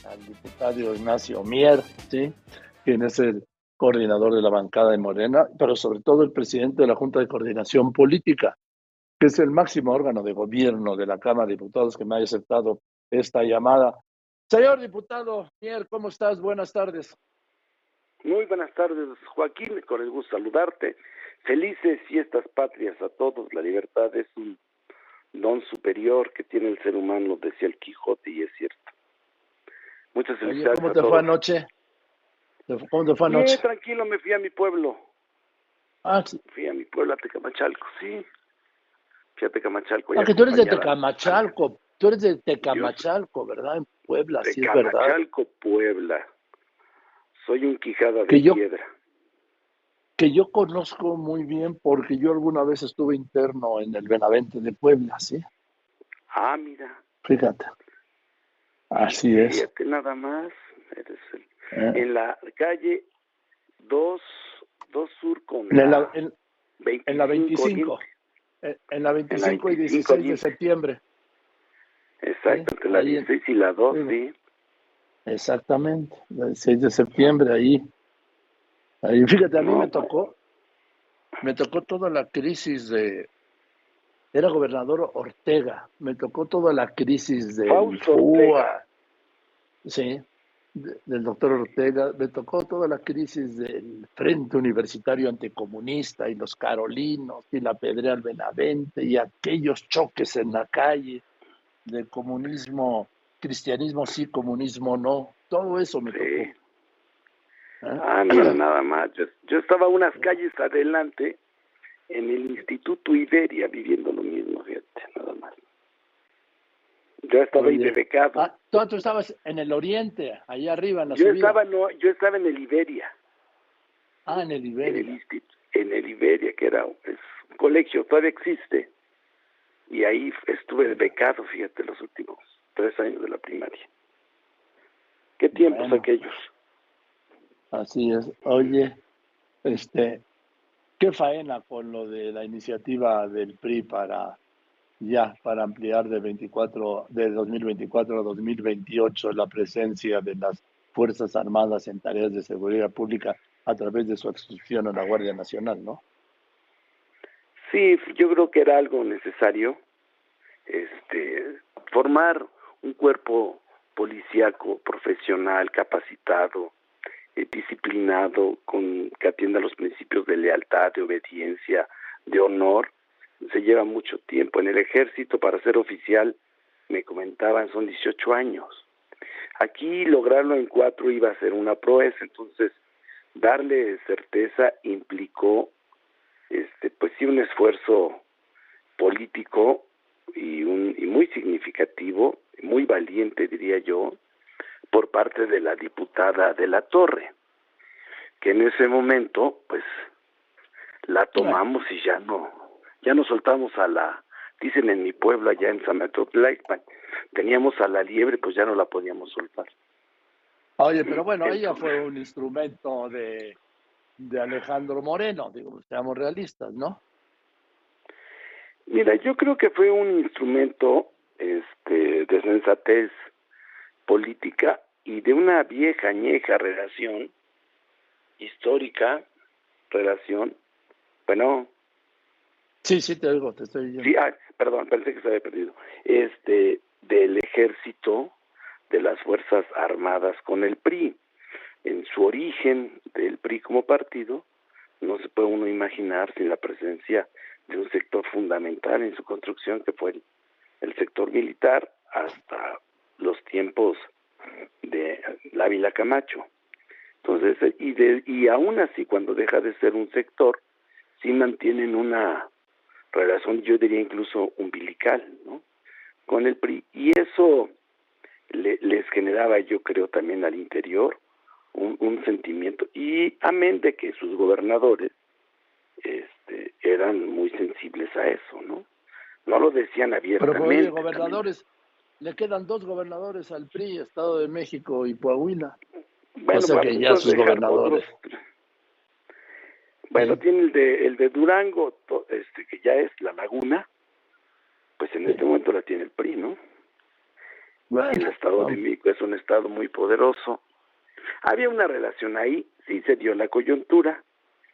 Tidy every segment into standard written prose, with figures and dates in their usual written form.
al diputado Ignacio Mier, ¿sí? Quien es el coordinador de la bancada de Morena, pero sobre todo el presidente de la Junta de Coordinación Política, que es el máximo órgano de gobierno de la Cámara de Diputados que me haya aceptado esta llamada. Señor diputado Mier, ¿cómo estás? Buenas tardes. Muy buenas tardes, Joaquín, con el gusto saludarte. Felices fiestas patrias a todos. La libertad es un don superior que tiene el ser humano, decía el Quijote, y es cierto. Muchas felicidades. Oye, ¿cómo te fue anoche? ¿Cómo te fue anoche? Bien, tranquilo, me fui a mi pueblo. Sí. Fui a mi pueblo, a Tecamachalco, sí. Fui a Tecamachalco. Que tú eres de Tecamachalco. Tú eres de Tecamachalco, ¿verdad? En Puebla, sí es verdad. Tecamachalco, Puebla. Soy un Quijada de piedra. Que yo conozco muy bien porque yo alguna vez estuve interno en el Benavente de Puebla, ¿sí? Ah, mira. Fíjate. Así es. Fíjate nada más. En la calle 2 Sur con en la 25. En la 25 y 16 de septiembre. Exacto, entre la 16 y la 2, sí. Exactamente, el 16 de septiembre, ahí. Fíjate, a mí me tocó toda la crisis era gobernador Ortega, me tocó toda la crisis del FUA, sí, del doctor Ortega, me tocó toda la crisis del Frente Universitario Anticomunista y los Carolinos y la Pedrea al Benavente y aquellos choques en la calle de comunismo, cristianismo sí, comunismo no, todo eso me tocó. Mira, nada más. Yo estaba unas calles adelante en el Instituto Iberia viviendo lo mismo, fíjate, nada más. Yo estaba ahí de becado. Tú estabas en el oriente, allá arriba en la subida. Yo estaba en el Iberia. En el Iberia. En el Iberia, que es un colegio, todavía existe. Y ahí estuve becado, fíjate, los últimos 3 años de la primaria. ¿Qué tiempos aquellos? Así es. Oye, ¿qué faena con lo de la iniciativa del PRI para ampliar de 2024 a 2028 la presencia de las Fuerzas Armadas en tareas de seguridad pública a través de su adscripción a la Guardia Nacional, ¿no? Sí, yo creo que era algo necesario, formar un cuerpo policíaco profesional, capacitado, disciplinado, que atienda los principios de lealtad, de obediencia, de honor. Se lleva mucho tiempo. En el ejército, para ser oficial, me comentaban, son 18 años. Aquí lograrlo en 4 iba a ser una proeza, entonces darle certeza implicó pues sí, un esfuerzo político y muy significativo, muy valiente, diría yo, por parte de la diputada de la Torre, que en ese momento, pues, la tomamos y ya no soltamos dicen en mi pueblo, allá en San Metotlaixpan, teníamos a la liebre, pues ya no la podíamos soltar. Oye, pero bueno, ella fue un instrumento de Alejandro Moreno, digo, seamos realistas, ¿no? Mira, yo creo que fue un instrumento de sensatez política y de una vieja añeja relación histórica, bueno. Sí, te oigo, te estoy oyendo. Sí, perdón, pensé que se había perdido. Del ejército, de las Fuerzas Armadas con el PRI. En su origen del PRI como partido, no se puede uno imaginar sin la presencia de un sector fundamental en su construcción, que fue el sector militar, hasta los tiempos de Ávila Camacho. Entonces, y aún así, cuando deja de ser un sector, sí mantienen una relación, yo diría incluso umbilical, ¿no?, con el PRI, y eso les generaba, yo creo, también al interior un sentimiento, y amén de que sus gobernadores eran muy sensibles a eso, ¿no? No lo decían abiertamente. Pero oye, gobernadores, le quedan 2 gobernadores al PRI, Estado de México y Coahuila. Bueno, o sea que ya sus gobernadores. Bueno, tiene el de Durango, que ya es La Laguna, pues en este momento la tiene el PRI, ¿no? El Bueno, Estado de México es un estado muy poderoso. Había una relación ahí, sí se dio la coyuntura,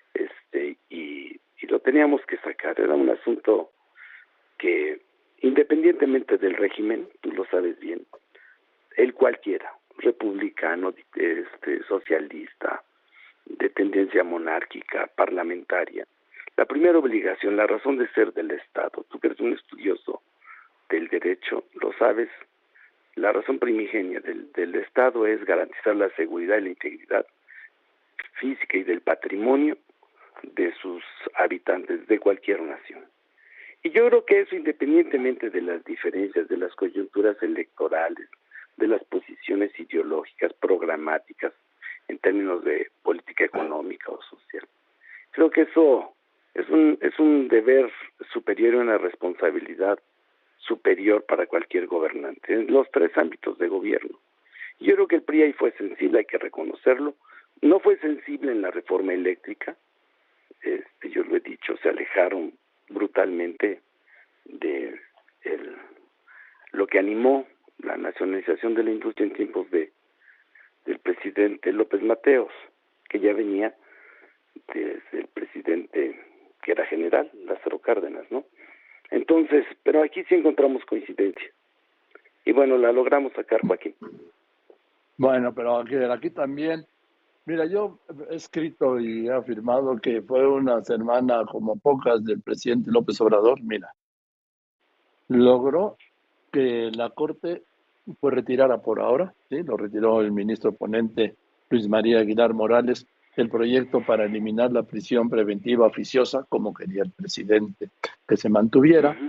y lo teníamos que sacar. Era un asunto que, independientemente del régimen, tú lo sabes bien, el cualquiera, republicano, socialista, de tendencia monárquica, parlamentaria, la primera obligación, la razón de ser del Estado, tú que eres un estudioso del derecho, lo sabes, la razón primigenia del Estado es garantizar la seguridad y la integridad física y del patrimonio de sus habitantes de cualquier nación. Y yo creo que eso, independientemente de las diferencias, de las coyunturas electorales, de las posiciones ideológicas, programáticas, en términos de política económica o social, creo que eso es un deber superior y una responsabilidad superior para cualquier gobernante, en los tres ámbitos de gobierno. Yo creo que el PRI ahí fue sensible, hay que reconocerlo. No fue sensible en la reforma eléctrica, yo lo he dicho, se alejaron brutalmente de lo que animó la nacionalización de la industria en tiempos del presidente López Mateos, que ya venía desde el presidente que era general, Lázaro Cárdenas, ¿no? Entonces, pero aquí sí encontramos coincidencia. Y bueno, la logramos sacar, Joaquín. bueno, pero aquí también, mira, yo he escrito y he afirmado que fue una semana como pocas del presidente López Obrador. Mira, logró que la Corte pues retirara por ahora, ¿sí? Lo retiró el ministro ponente Luis María Aguilar Morales, el proyecto para eliminar la prisión preventiva oficiosa, como quería el presidente que se mantuviera.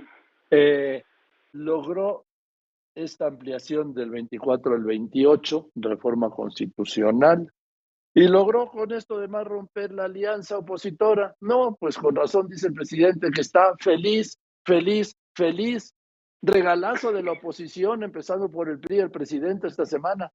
Logró esta ampliación del 24 al 28, reforma constitucional, y logró con esto además romper la alianza opositora. No, pues con razón dice el presidente que está feliz, feliz, feliz. Regalazo de la oposición, empezando por el PRI, el presidente esta semana.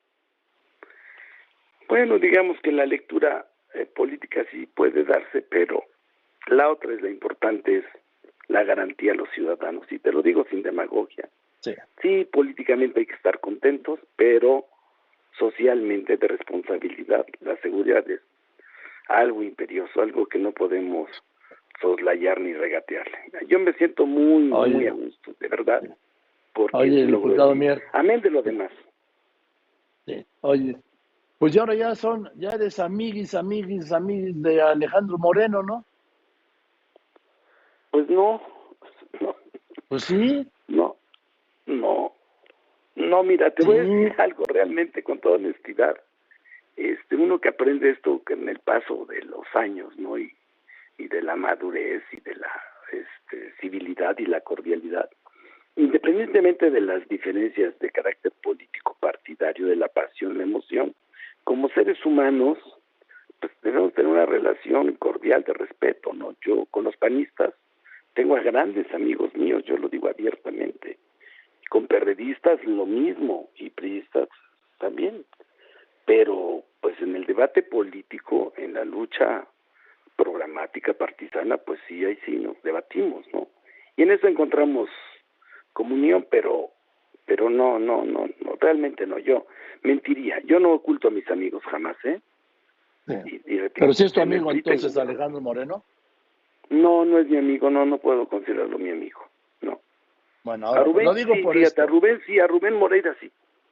Bueno, digamos que la lectura política sí puede darse, pero la otra es la importante, es la garantía a los ciudadanos, y te lo digo sin demagogia. Sí. Sí, políticamente hay que estar contentos, pero socialmente de responsabilidad. La seguridad es algo imperioso, algo que no podemos soslayar ni regatearle. Yo me siento muy a gusto, de verdad, porque oye, se logró diputado decir, Mier. amén de lo demás. Sí. Oye, pues ya ahora ya eres amiguis de Alejandro Moreno, ¿no? Pues no, Pues sí. No, mira, te Sí. voy a decir algo realmente con toda honestidad. Uno que aprende esto en el paso de los años, ¿no? Y de la madurez y de la civilidad y la cordialidad, independientemente de las diferencias de carácter político, partidario, de la pasión, la emoción, como seres humanos, pues debemos tener una relación cordial de respeto, ¿no? Yo con los panistas tengo a grandes amigos míos, yo lo digo abiertamente, con perredistas lo mismo y priistas también, pero pues en el debate político, en la lucha programática partisana, pues sí, ahí sí nos debatimos, ¿no? Y en eso encontramos comunión, pero no, realmente no, yo mentiría, yo no oculto a mis amigos jamás, ¿eh? Sí. Y repito, Pero si es tu amigo entonces Alejandro Moreno. No es mi amigo, no puedo considerarlo mi amigo, no. Bueno, ahora A Rubén lo digo sí, por fíjate, esto. a Rubén Moreira sí.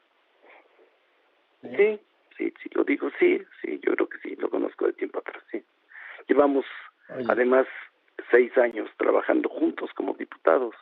Sí. Sí, lo digo, sí, yo creo que sí, lo conozco de tiempo atrás, sí. Llevamos, además, 6 años trabajando juntos como diputados.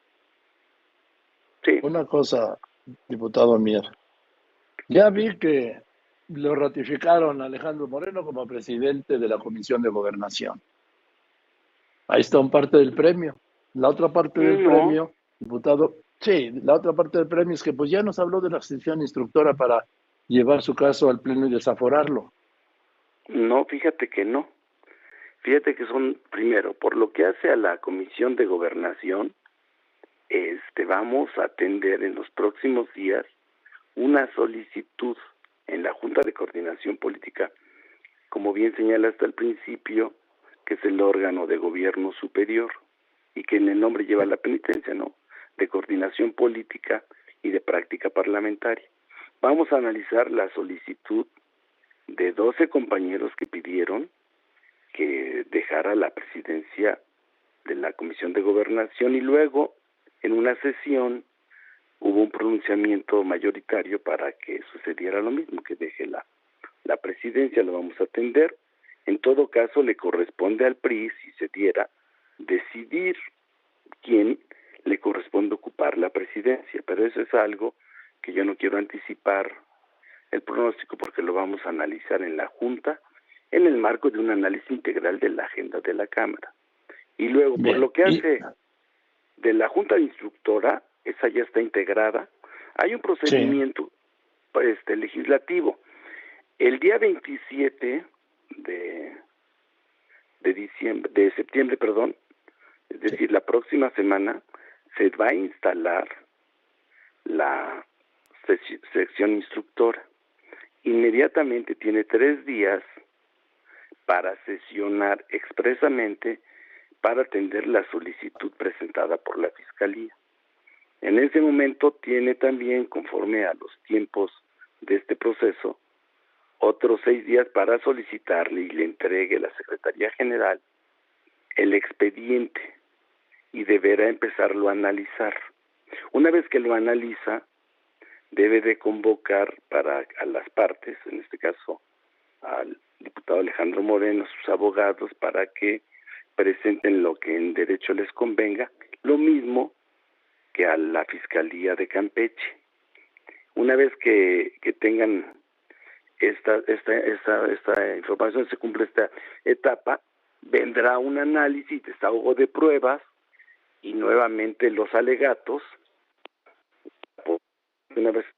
Sí. Una cosa, diputado Mier. Ya vi que lo ratificaron a Alejandro Moreno como presidente de la Comisión de Gobernación. Ahí está un parte del premio. La otra parte del premio, diputado, sí, la otra parte del premio es que pues ya nos habló de la sesión instructora para llevar su caso al pleno y desaforarlo. No, fíjate que no. Fíjate que son, primero, por lo que hace a la Comisión de Gobernación, vamos a atender en los próximos días una solicitud en la Junta de Coordinación Política, como bien señalaste al principio, que es el órgano de gobierno superior y que en el nombre lleva la penitencia, ¿no? De coordinación política y de práctica parlamentaria. Vamos a analizar la solicitud de 12 compañeros que pidieron que dejara la presidencia de la Comisión de Gobernación, y luego en una sesión hubo un pronunciamiento mayoritario para que sucediera lo mismo, que deje la presidencia. Lo vamos a atender. En todo caso, le corresponde al PRI, si se diera, decidir quién le corresponde ocupar la presidencia, pero eso es algo que yo no quiero anticipar el pronóstico, porque lo vamos a analizar en la Junta en el marco de un análisis integral de la agenda de la Cámara. Y luego, por lo que hace de la Junta Instructora, esa ya está integrada, hay un procedimiento legislativo. El día 27 de septiembre, es decir, la próxima semana, se va a instalar la sección instructora. Inmediatamente tiene 3 días para sesionar expresamente para atender la solicitud presentada por la Fiscalía. En ese momento tiene también, conforme a los tiempos de este proceso, otros 6 días para solicitarle y le entregue la Secretaría General el expediente y deberá empezarlo a analizar. Una vez que lo analiza, debe de convocar a las partes, en este caso al diputado Alejandro Moreno, sus abogados, para que presenten lo que en derecho les convenga, lo mismo que a la Fiscalía de Campeche. Una vez que tengan esta información, se cumple esta etapa, vendrá un análisis, desahogo de pruebas y nuevamente los alegatos. Una vez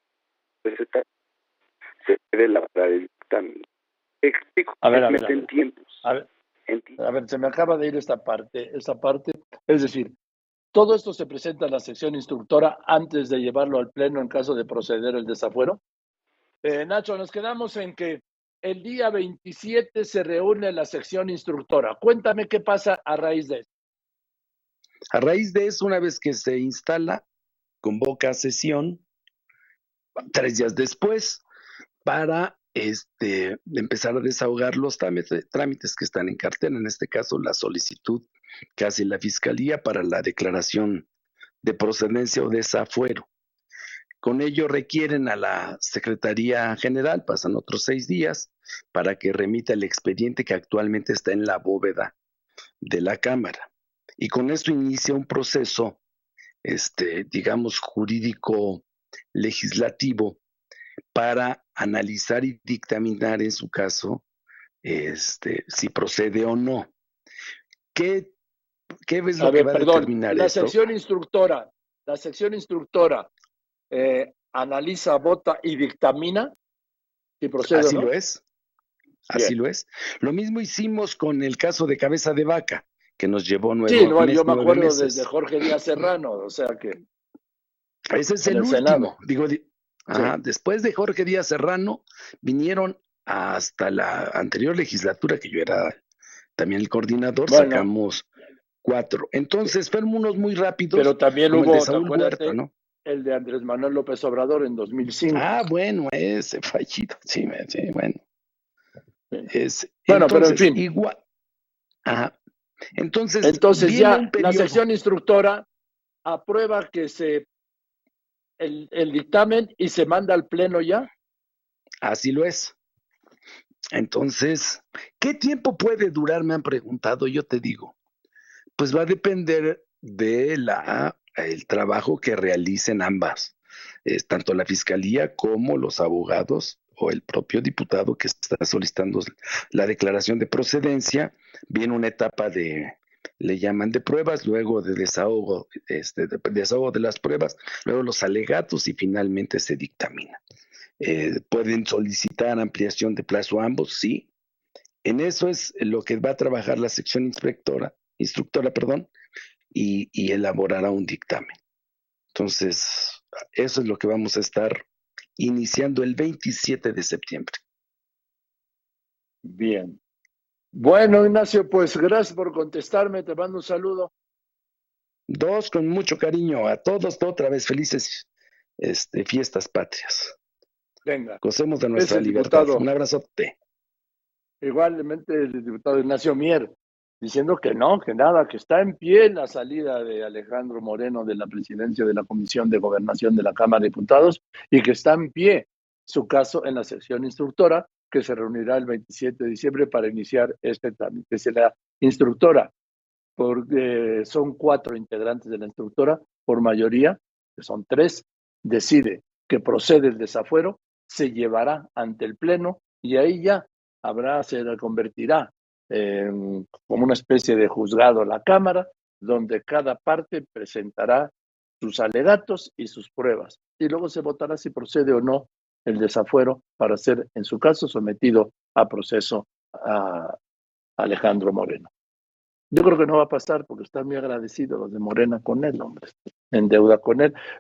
se debe elaborar el dictamen. Explico en tiempos. A ver, se me acaba de ir esta parte. Es decir, todo esto se presenta en la sección instructora antes de llevarlo al pleno en caso de proceder el desafuero. Nacho, nos quedamos en que el día 27 se reúne la sección instructora. Cuéntame qué pasa a raíz de eso. A raíz de eso, una vez que se instala, convoca sesión 3 días después para empezar a desahogar los trámites que están en cartera, en este caso la solicitud que hace la Fiscalía para la declaración de procedencia o desafuero. Con ello requieren a la Secretaría General, pasan otros 6 días, para que remita el expediente que actualmente está en la bóveda de la Cámara. Y con esto inicia un proceso, digamos, jurídico legislativo para analizar y dictaminar en su caso si procede o no. ¿Qué es lo que va a determinar esto? La sección instructora analiza, vota y dictamina si procede Así o no. Lo es. Así lo es. Lo mismo hicimos con el caso de Cabeza de Vaca, que nos llevó 9 meses. Sí, yo me acuerdo desde Jorge Díaz Serrano, o sea que... Ese es el último. Después de Jorge Díaz Serrano, vinieron hasta la anterior legislatura, que yo era también el coordinador, sacamos 4. Entonces, fueron unos muy rápidos. Pero también hubo, el de Saúl Huerta, ¿no? El de Andrés Manuel López Obrador en 2005. Bueno, ese fallido. Sí, bueno. Bueno, pero en fin. Igual. Entonces ya la sección instructora aprueba que el dictamen y se manda al pleno ya. Así lo es. Entonces, ¿qué tiempo puede durar? Me han preguntado, yo te digo. Pues va a depender de el trabajo que realicen ambas, tanto la Fiscalía como los abogados o el propio diputado que está solicitando la declaración de procedencia. Viene una etapa le llaman de pruebas, luego de desahogo, desahogo de las pruebas, luego los alegatos y finalmente se dictamina. Pueden solicitar ampliación de plazo ambos, sí. En eso es lo que va a trabajar la sección instructora, y elaborará un dictamen. Entonces, eso es lo que vamos a estar iniciando el 27 de septiembre. Bien. Bueno, Ignacio, pues gracias por contestarme, te mando un saludo. Con mucho cariño a todos, otra vez felices fiestas patrias. Venga. Gocemos de Es nuestra el libertad. diputado, Un abrazote. igualmente el diputado Ignacio Mier, diciendo que no, que nada, que está en pie la salida de Alejandro Moreno de la presidencia de la Comisión de Gobernación de la Cámara de Diputados y que está en pie su caso en la sección instructora que se reunirá el 27 de diciembre para iniciar este trámite. Si la instructora, porque son 4 integrantes de la instructora, por mayoría, que son 3, decide que procede el desafuero, se llevará ante el Pleno y ahí ya se convertirá como una especie de juzgado a la Cámara, donde cada parte presentará sus alegatos y sus pruebas. Y luego se votará si procede o no el desafuero para ser, en su caso, sometido a proceso a Alejandro Moreno. Yo creo que no va a pasar porque están muy agradecidos los de Morena con él, hombre, en deuda con él.